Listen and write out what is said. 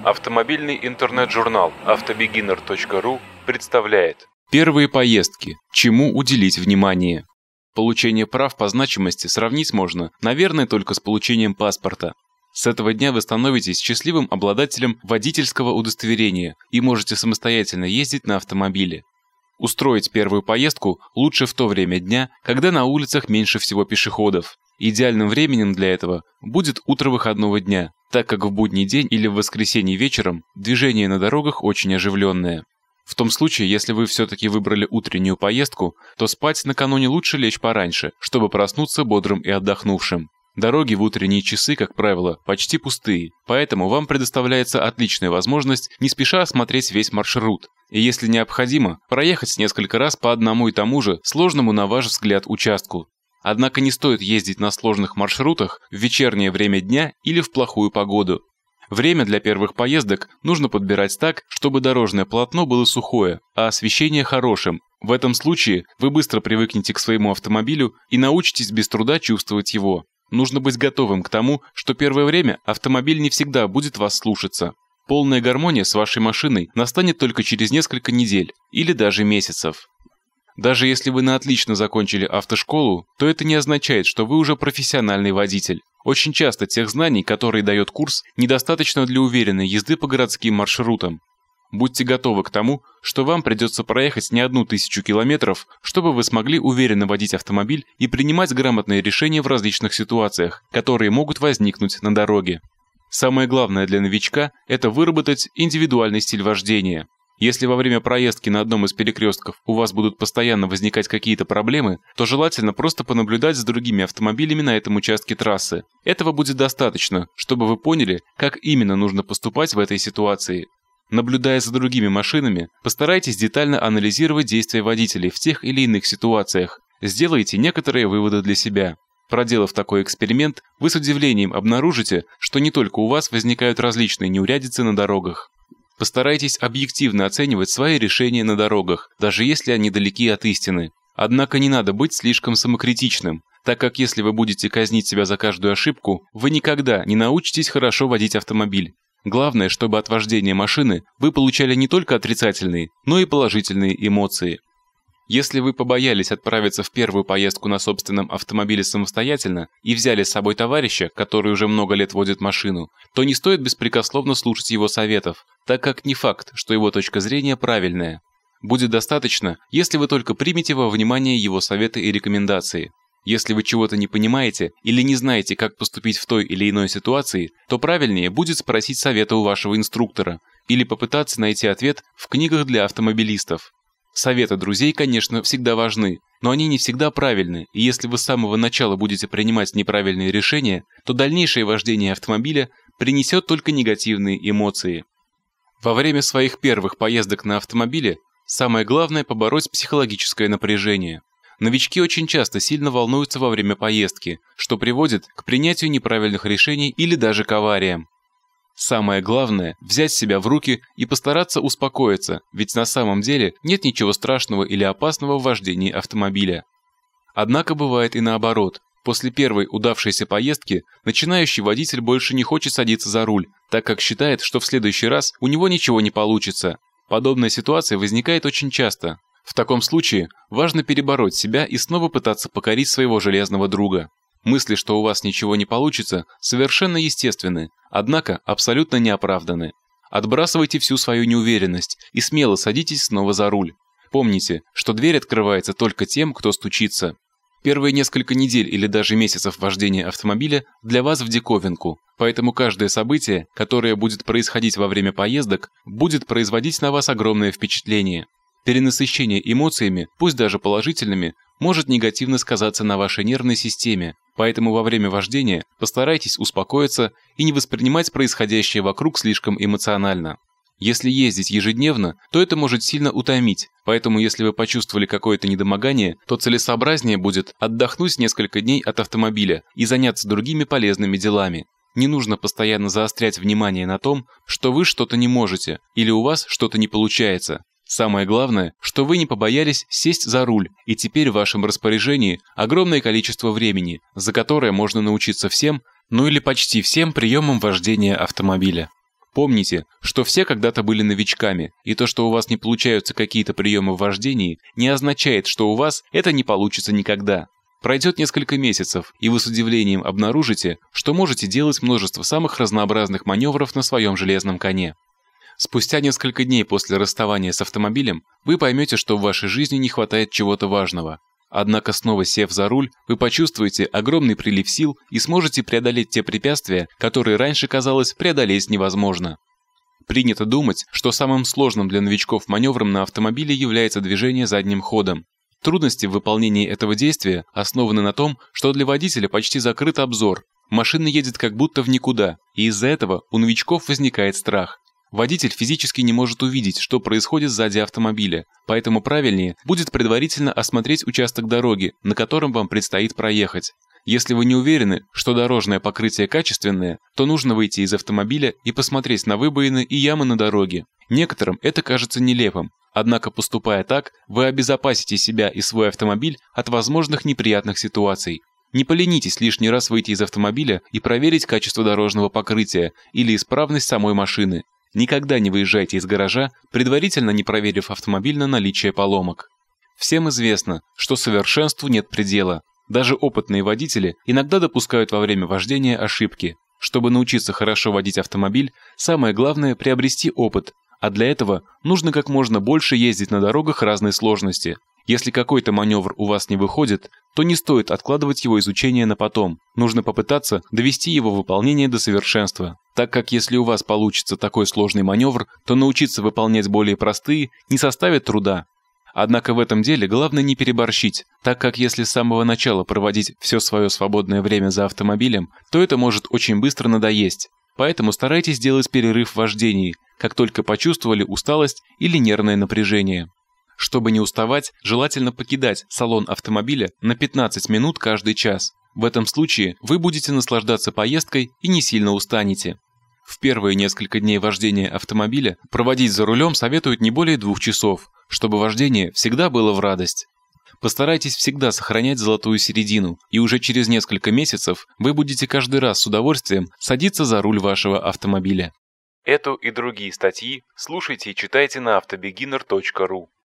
Автомобильный интернет-журнал автобегинер.ру представляет первые поездки. Чему уделить внимание? Получение прав по значимости сравнить можно, наверное, только с получением паспорта. С этого дня вы становитесь счастливым обладателем водительского удостоверения и можете самостоятельно ездить на автомобиле. Устроить первую поездку лучше в то время дня, когда на улицах меньше всего пешеходов. Идеальным временем для этого будет утро выходного дня, так как в будний день или в воскресенье вечером движение на дорогах очень оживленное. В том случае, если вы все-таки выбрали утреннюю поездку, то спать накануне лучше лечь пораньше, чтобы проснуться бодрым и отдохнувшим. Дороги в утренние часы, как правило, почти пустые, поэтому вам предоставляется отличная возможность не спеша осмотреть весь маршрут. И если необходимо, проехать несколько раз по одному и тому же сложному на ваш взгляд участку. Однако не стоит ездить на сложных маршрутах в вечернее время дня или в плохую погоду. Время для первых поездок нужно подбирать так, чтобы дорожное полотно было сухое, а освещение хорошим. В этом случае вы быстро привыкнете к своему автомобилю и научитесь без труда чувствовать его. Нужно быть готовым к тому, что первое время автомобиль не всегда будет вас слушаться. Полная гармония с вашей машиной настанет только через несколько недель или даже месяцев. Даже если вы на отлично закончили автошколу, то это не означает, что вы уже профессиональный водитель. Очень часто тех знаний, которые дает курс, недостаточно для уверенной езды по городским маршрутам. Будьте готовы к тому, что вам придется проехать не 1000 километров, чтобы вы смогли уверенно водить автомобиль и принимать грамотные решения в различных ситуациях, которые могут возникнуть на дороге. Самое главное для новичка – это выработать индивидуальный стиль вождения. Если во время проездки на одном из перекрестков у вас будут постоянно возникать какие-то проблемы, то желательно просто понаблюдать за другими автомобилями на этом участке трассы. Этого будет достаточно, чтобы вы поняли, как именно нужно поступать в этой ситуации. Наблюдая за другими машинами, постарайтесь детально анализировать действия водителей в тех или иных ситуациях. Сделайте некоторые выводы для себя. Проделав такой эксперимент, вы с удивлением обнаружите, что не только у вас возникают различные неурядицы на дорогах. Постарайтесь объективно оценивать свои решения на дорогах, даже если они далеки от истины. Однако не надо быть слишком самокритичным, так как если вы будете казнить себя за каждую ошибку, вы никогда не научитесь хорошо водить автомобиль. Главное, чтобы от вождения машины вы получали не только отрицательные, но и положительные эмоции. Если вы побоялись отправиться в первую поездку на собственном автомобиле самостоятельно и взяли с собой товарища, который уже много лет водит машину, то не стоит беспрекословно слушать его советов, так как не факт, что его точка зрения правильная. Будет достаточно, если вы только примете во внимание его советы и рекомендации. Если вы чего-то не понимаете или не знаете, как поступить в той или иной ситуации, то правильнее будет спросить совета у вашего инструктора или попытаться найти ответ в книгах для автомобилистов. Советы друзей, конечно, всегда важны, но они не всегда правильны, и если вы с самого начала будете принимать неправильные решения, то дальнейшее вождение автомобиля принесет только негативные эмоции. Во время своих первых поездок на автомобиле самое главное – побороть психологическое напряжение. Новички очень часто сильно волнуются во время поездки, что приводит к принятию неправильных решений или даже к авариям. Самое главное – взять себя в руки и постараться успокоиться, ведь на самом деле нет ничего страшного или опасного в вождении автомобиля. Однако бывает и наоборот. После первой удавшейся поездки начинающий водитель больше не хочет садиться за руль, так как считает, что в следующий раз у него ничего не получится. Подобная ситуация возникает очень часто. В таком случае важно перебороть себя и снова пытаться покорить своего железного друга. Мысли, что у вас ничего не получится, совершенно естественны, однако абсолютно неоправданы. Отбрасывайте всю свою неуверенность и смело садитесь снова за руль. Помните, что дверь открывается только тем, кто стучится. Первые несколько недель или даже месяцев вождения автомобиля для вас в диковинку, поэтому каждое событие, которое будет происходить во время поездок, будет производить на вас огромное впечатление. Перенасыщение эмоциями, пусть даже положительными, может негативно сказаться на вашей нервной системе, поэтому во время вождения постарайтесь успокоиться и не воспринимать происходящее вокруг слишком эмоционально. Если ездить ежедневно, то это может сильно утомить, поэтому если вы почувствовали какое-то недомогание, то целесообразнее будет отдохнуть несколько дней от автомобиля и заняться другими полезными делами. Не нужно постоянно заострять внимание на том, что вы что-то не можете или у вас что-то не получается. Самое главное, что вы не побоялись сесть за руль, и теперь в вашем распоряжении огромное количество времени, за которое можно научиться всем, ну или почти всем приемам вождения автомобиля. Помните, что все когда-то были новичками, и то, что у вас не получаются какие-то приемы в вождении, не означает, что у вас это не получится никогда. Пройдет несколько месяцев, и вы с удивлением обнаружите, что можете делать множество самых разнообразных маневров на своем железном коне. Спустя несколько дней после расставания с автомобилем вы поймете, что в вашей жизни не хватает чего-то важного. Однако, снова сев за руль, вы почувствуете огромный прилив сил и сможете преодолеть те препятствия, которые раньше казалось преодолеть невозможно. Принято думать, что самым сложным для новичков маневром на автомобиле является движение задним ходом. Трудности в выполнении этого действия основаны на том, что для водителя почти закрыт обзор, машина едет как будто в никуда, и из-за этого у новичков возникает страх. Водитель физически не может увидеть, что происходит сзади автомобиля, поэтому правильнее будет предварительно осмотреть участок дороги, на котором вам предстоит проехать. Если вы не уверены, что дорожное покрытие качественное, то нужно выйти из автомобиля и посмотреть на выбоины и ямы на дороге. Некоторым это кажется нелепым, однако, поступая так, вы обезопасите себя и свой автомобиль от возможных неприятных ситуаций. Не поленитесь лишний раз выйти из автомобиля и проверить качество дорожного покрытия или исправность самой машины. Никогда не выезжайте из гаража, предварительно не проверив автомобиль на наличие поломок. Всем известно, что совершенству нет предела. Даже опытные водители иногда допускают во время вождения ошибки. Чтобы научиться хорошо водить автомобиль, самое главное – приобрести опыт, а для этого нужно как можно больше ездить на дорогах разной сложности. Если какой-то маневр у вас не выходит, то не стоит откладывать его изучение на потом. Нужно попытаться довести его выполнение до совершенства. Так как если у вас получится такой сложный маневр, то научиться выполнять более простые не составит труда. Однако в этом деле главное не переборщить, так как если с самого начала проводить все свое свободное время за автомобилем, то это может очень быстро надоесть. Поэтому старайтесь делать перерыв в вождении, как только почувствовали усталость или нервное напряжение. Чтобы не уставать, желательно покидать салон автомобиля на 15 минут каждый час. В этом случае вы будете наслаждаться поездкой и не сильно устанете. В первые несколько дней вождения автомобиля проводить за рулем советуют не более 2 часов, чтобы вождение всегда было в радость. Постарайтесь всегда сохранять золотую середину, и уже через несколько месяцев вы будете каждый раз с удовольствием садиться за руль вашего автомобиля. Эту и другие статьи слушайте и читайте на автобегинер.ру.